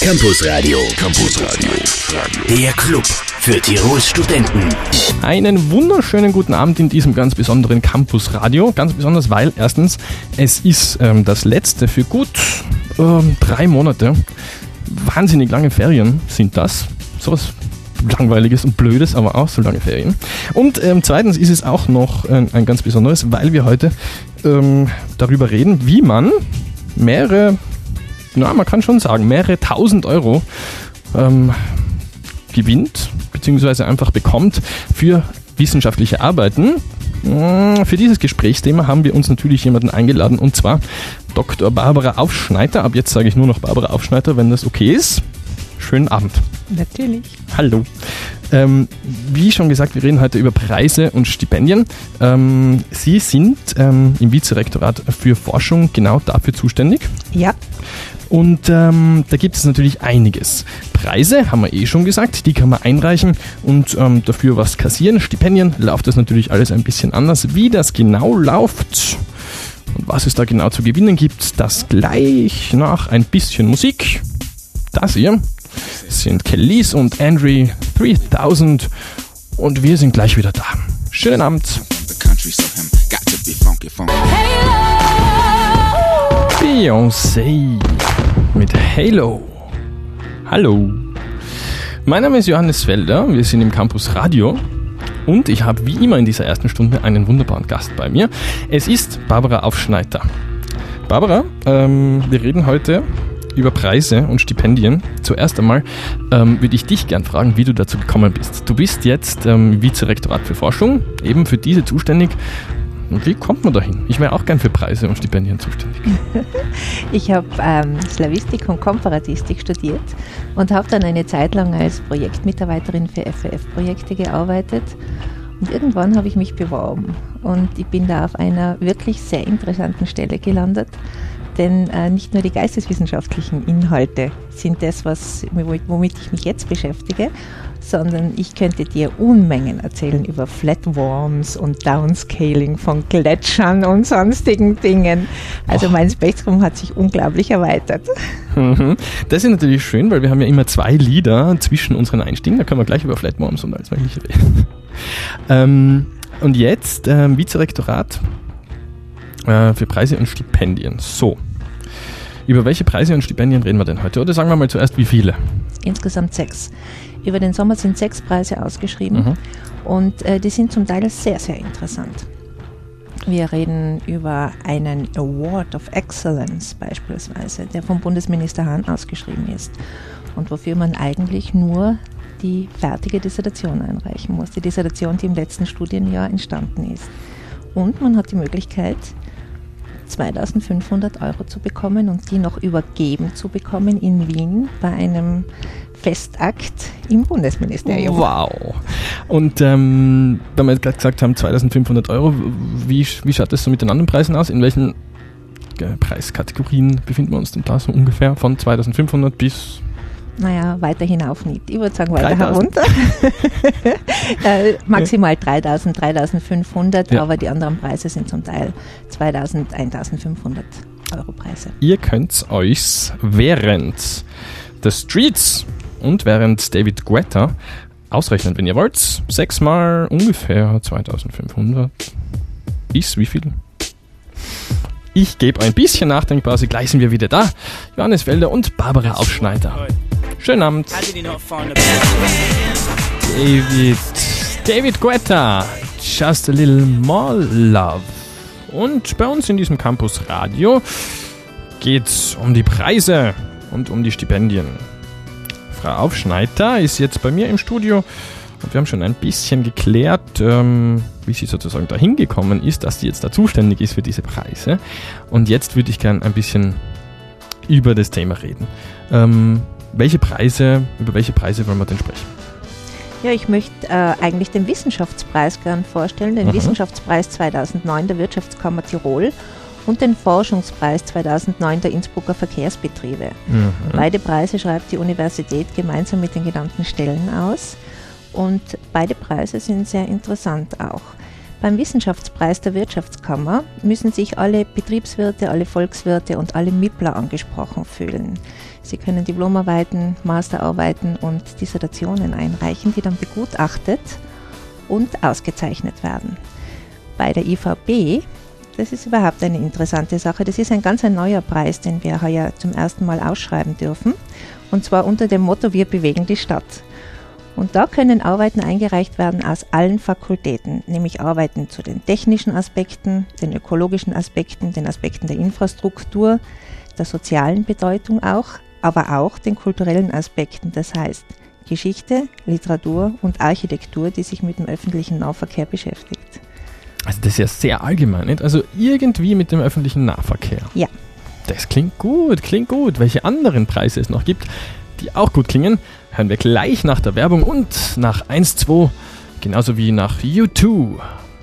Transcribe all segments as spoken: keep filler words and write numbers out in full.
Campus Radio. Campus Radio. Der Club für Tirols Studenten. Einen wunderschönen guten Abend in diesem ganz besonderen Campus Radio. Ganz besonders, weil erstens, es ist ähm, das letzte für gut ähm, drei Monate. Wahnsinnig lange Ferien sind das. Sowas Langweiliges und Blödes, aber auch so lange Ferien. Und ähm, zweitens ist es auch noch äh, ein ganz besonderes, weil wir heute ähm, darüber reden, wie man mehrere, na, man kann schon sagen, mehrere tausend Euro ähm, gewinnt, beziehungsweise einfach bekommt für wissenschaftliche Arbeiten. Für dieses Gesprächsthema haben wir uns natürlich jemanden eingeladen, und zwar Doktor Barbara Aufschneider. Ab jetzt sage ich nur noch Barbara Aufschneider, wenn das okay ist. Schönen Abend. Natürlich. Hallo. Ähm, wie schon gesagt, wir reden heute über Preise und Stipendien. Ähm, Sie sind ähm, im Vizerektorat für Forschung genau dafür zuständig. Ja. Und ähm, da gibt es natürlich einiges. Preise, haben wir eh schon gesagt, die kann man einreichen und ähm, dafür was kassieren. Stipendien läuft das natürlich alles ein bisschen anders. Wie das genau läuft und was es da genau zu gewinnen gibt, das gleich nach ein bisschen Musik. Das hier sind Kelis und Andre dreitausend und wir sind gleich wieder da. Schönen Abend. Beyoncé mit Halo. Hallo. Mein Name ist Johannes Felder, wir sind im Campus Radio und ich habe wie immer in dieser ersten Stunde einen wunderbaren Gast bei mir. Es ist Barbara Aufschneider. Barbara, ähm, wir reden heute über Preise und Stipendien. Zuerst einmal ähm, würde ich dich gern fragen, wie du dazu gekommen bist. Du bist jetzt ähm, Vizerektorat für Forschung, eben für diese zuständig. Und wie kommt man dahin? Ich wäre auch gern für Preise und Stipendien zuständig. Ich habe ähm, Slavistik und Komparatistik studiert und habe dann eine Zeit lang als Projektmitarbeiterin für F W F-Projekte gearbeitet. Und irgendwann habe ich mich beworben und ich bin da auf einer wirklich sehr interessanten Stelle gelandet. Denn äh, nicht nur die geisteswissenschaftlichen Inhalte sind das, was, womit ich mich jetzt beschäftige, sondern ich könnte dir Unmengen erzählen über Flatworms und Downscaling von Gletschern und sonstigen Dingen. Also mein Spektrum hat sich unglaublich erweitert. Das ist natürlich schön, weil wir haben ja immer zwei Lieder zwischen unseren Einstiegen. Da können wir gleich über Flatworms und alles Mögliche reden. ähm, und jetzt ähm, Vizerektorat für Preise und Stipendien. So, über welche Preise und Stipendien reden wir denn heute? Oder sagen wir mal zuerst, wie viele? Insgesamt sechs. Über den Sommer sind sechs Preise ausgeschrieben mhm. und äh, die sind zum Teil sehr, sehr interessant. Wir reden über einen Award of Excellence beispielsweise, der vom Bundesminister Hahn ausgeschrieben ist und wofür man eigentlich nur die fertige Dissertation einreichen muss. Die Dissertation, die im letzten Studienjahr entstanden ist. Und man hat die Möglichkeit, zweitausendfünfhundert Euro zu bekommen und die noch übergeben zu bekommen in Wien bei einem Festakt im Bundesministerium. Wow! Und ähm, wenn wir jetzt gerade gesagt haben, zweitausendfünfhundert Euro, wie, wie schaut das so mit den anderen Preisen aus? In welchen äh, Preiskategorien befinden wir uns denn da so ungefähr? Von zweitausendfünfhundert bis... Naja, weiter hinauf nicht. Ich würde sagen, weiter herunter. äh, maximal dreitausend, dreitausendfünfhundert, ja. Aber die anderen Preise sind zum Teil zweitausend, eintausendfünfhundert Euro Preise. Ihr könnt euch während des Streets und während David Guetta ausrechnen, wenn ihr wollt. Sechsmal ungefähr zweitausendfünfhundert ist wie viel? Ich gebe ein bisschen Nachdenkpause, gleich sind wir wieder da. Johannes Felder und Barbara Aufschneider. Schönen Abend. David, David Guetta, Just a Little More Love. Und bei uns in diesem Campus Radio geht es um die Preise und um die Stipendien. Frau Aufschneider ist jetzt bei mir im Studio und wir haben schon ein bisschen geklärt, ähm, wie sie sozusagen dahin gekommen ist, dass sie jetzt da zuständig ist für diese Preise. Und jetzt würde ich gerne ein bisschen über das Thema reden. Ähm, welche Preise, über welche Preise wollen wir denn sprechen? Ja, ich möchte äh, eigentlich den Wissenschaftspreis gern vorstellen, den mhm. Wissenschaftspreis zweitausendneun der Wirtschaftskammer Tirol und den Forschungspreis zweitausendneun der Innsbrucker Verkehrsbetriebe. Mhm. Beide Preise schreibt die Universität gemeinsam mit den genannten Stellen aus und beide Preise sind sehr interessant auch. Beim Wissenschaftspreis der Wirtschaftskammer müssen sich alle Betriebswirte, alle Volkswirte und alle Mippler angesprochen fühlen. Sie können Diplomarbeiten, Masterarbeiten und Dissertationen einreichen, die dann begutachtet und ausgezeichnet werden. Bei der I V B, das ist überhaupt eine interessante Sache, das ist ein ganz ein neuer Preis, den wir heuer zum ersten Mal ausschreiben dürfen, und zwar unter dem Motto Wir bewegen die Stadt. Und da können Arbeiten eingereicht werden aus allen Fakultäten, nämlich Arbeiten zu den technischen Aspekten, den ökologischen Aspekten, den Aspekten der Infrastruktur, der sozialen Bedeutung auch, aber auch den kulturellen Aspekten, das heißt Geschichte, Literatur und Architektur, die sich mit dem öffentlichen Nahverkehr beschäftigt. Also das ist ja sehr allgemein, nicht? Also irgendwie mit dem öffentlichen Nahverkehr. Ja. Das klingt gut, klingt gut. Welche anderen Preise es noch gibt, die auch gut klingen, hören wir gleich nach der Werbung und nach eins zwei, genauso wie nach U zwei.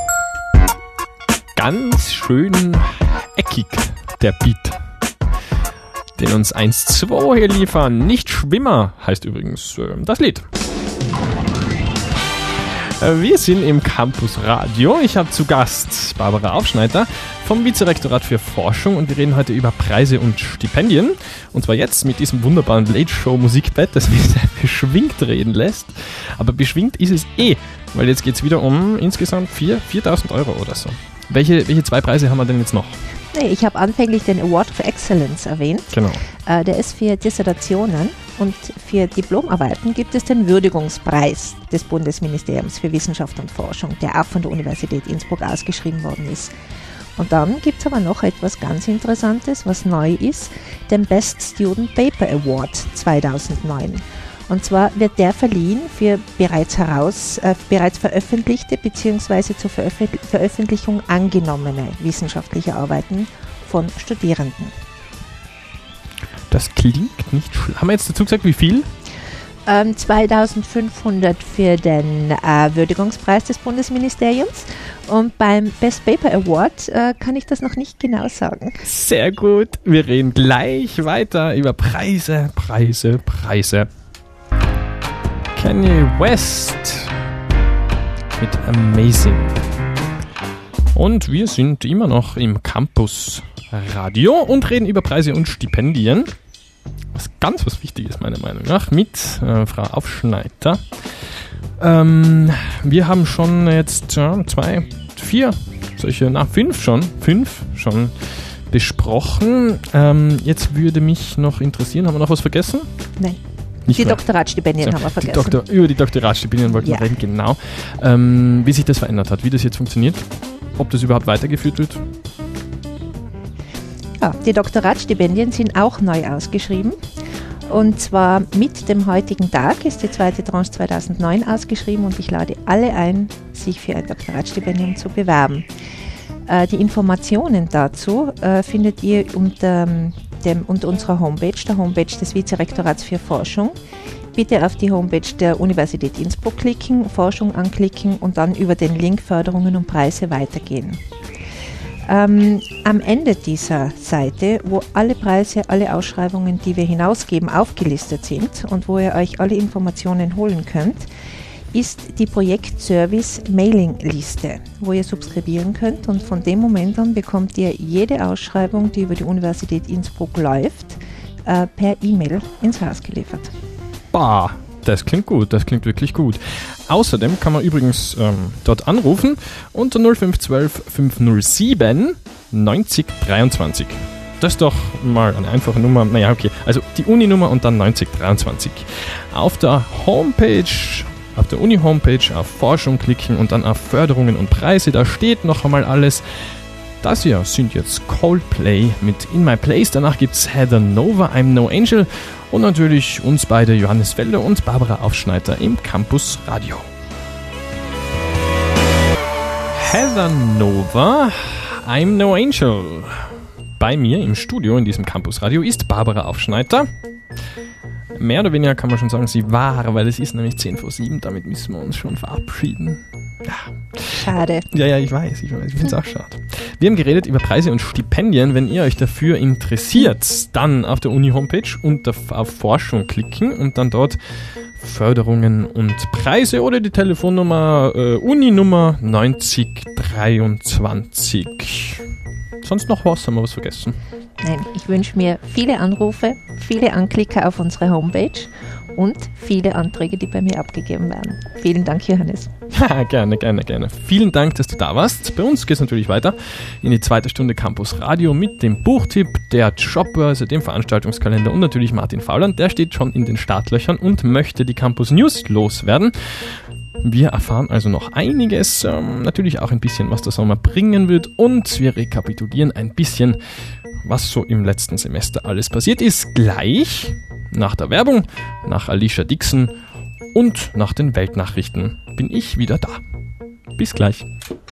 Ganz schön eckig, der Beat, den uns eins zwei hier liefern. Nicht Schwimmer heißt übrigens äh, das Lied. Wir sind im Campus Radio. Ich habe zu Gast Barbara Aufschneider vom Vizerektorat für Forschung und wir reden heute über Preise und Stipendien. Und zwar jetzt mit diesem wunderbaren Late-Show-Musikbett, das mich sehr beschwingt reden lässt. Aber beschwingt ist es eh, weil jetzt geht es wieder um insgesamt viertausend Euro oder so. Welche, welche zwei Preise haben wir denn jetzt noch? Ich habe anfänglich den Award for Excellence erwähnt. Genau. Äh, der ist für Dissertationen und für Diplomarbeiten gibt es den Würdigungspreis des Bundesministeriums für Wissenschaft und Forschung, der auch von der Universität Innsbruck ausgeschrieben worden ist. Und dann gibt es aber noch etwas ganz Interessantes, was neu ist, den Best Student Paper Award zweitausendneun. Und zwar wird der verliehen für bereits, heraus, äh, bereits veröffentlichte bzw. zur Veröf- Veröffentlichung angenommene wissenschaftliche Arbeiten von Studierenden. Das klingt nicht schlecht. Haben wir jetzt dazu gesagt, wie viel? Ähm, zweitausendfünfhundert für den äh, Würdigungspreis des Bundesministeriums und beim Best Paper Award äh, kann ich das noch nicht genau sagen. Sehr gut. Wir reden gleich weiter über Preise, Preise, Preise. Kanye West mit Amazing. Und wir sind immer noch im Campus Radio und reden über Preise und Stipendien. Was ganz was Wichtiges meiner Meinung nach mit äh, Frau Aufschneider. Ähm, wir haben schon jetzt ja, zwei, vier, solche, na fünf schon, fünf schon besprochen. Ähm, jetzt würde mich noch interessieren, haben wir noch was vergessen? Nein. Nicht die mehr. Doktoratstipendien so, haben wir vergessen. Die Doktor, über die Doktoratstipendien wollten ja. wir reden, genau. Ähm, wie sich das verändert hat, wie das jetzt funktioniert, ob das überhaupt weitergeführt wird. Ja, die Doktoratstipendien sind auch neu ausgeschrieben. Und zwar mit dem heutigen Tag ist die zweite Tranche zweitausendneun ausgeschrieben und ich lade alle ein, sich für ein Doktoratstipendium zu bewerben. Äh, die Informationen dazu äh, findet ihr unter, dem, unter unserer Homepage, der Homepage des Vizerektorats für Forschung. Bitte auf die Homepage der Universität Innsbruck klicken, Forschung anklicken und dann über den Link Förderungen und Preise weitergehen. Ähm, am Ende dieser Seite, wo alle Preise, alle Ausschreibungen, die wir hinausgeben, aufgelistet sind und wo ihr euch alle Informationen holen könnt, ist die Projektservice-Mailing-Liste, wo ihr subskribieren könnt und von dem Moment an bekommt ihr jede Ausschreibung, die über die Universität Innsbruck läuft, äh, per E-Mail ins Haus geliefert. Bah, das klingt gut, das klingt wirklich gut. Außerdem kann man übrigens ähm, dort anrufen unter null fünf eins zwei fünf null sieben neunzig dreiundzwanzig. Das ist doch mal eine einfache Nummer. Naja, okay. Also die Uni-Nummer und dann neunzig dreiundzwanzig. Auf der Homepage, auf der Uni-Homepage auf Forschung klicken und dann auf Förderungen und Preise. Da steht noch einmal alles. Das hier sind jetzt Coldplay mit In My Place. Danach gibt es Heather Nova, I'm No Angel. Und natürlich uns beide, Johannes Felder und Barbara Aufschneider im Campus Radio. Heather Nova, I'm No Angel. Bei mir im Studio in diesem Campus Radio ist Barbara Aufschneider. Mehr oder weniger kann man schon sagen, sie war, weil es ist nämlich zehn vor sieben, damit müssen wir uns schon verabschieden. Ja. Schade. Ja, ja, ich weiß, ich weiß, ich finde es auch schade. Wir haben geredet über Preise und Stipendien. Wenn ihr euch dafür interessiert, dann auf der Uni-Homepage und auf Forschung klicken und dann dort Förderungen und Preise oder die Telefonnummer äh, Uninummer neunzig dreiundzwanzig. Sonst noch was? Haben wir was vergessen? Nein, ich wünsche mir viele Anrufe, viele Anklicker auf unsere Homepage und viele Anträge, die bei mir abgegeben werden. Vielen Dank, Johannes. Ja, gerne, gerne, gerne. Vielen Dank, dass du da warst. Bei uns geht es natürlich weiter in die zweite Stunde Campus Radio mit dem Buchtipp, der Jobbörse, dem Veranstaltungskalender und natürlich Martin Fauland. Der steht schon in den Startlöchern und möchte die Campus News loswerden. Wir erfahren also noch einiges, ähm, natürlich auch ein bisschen, was der Sommer bringen wird und wir rekapitulieren ein bisschen, was so im letzten Semester alles passiert ist. Gleich nach der Werbung, nach Alicia Dixon und nach den Weltnachrichten bin ich wieder da. Bis gleich.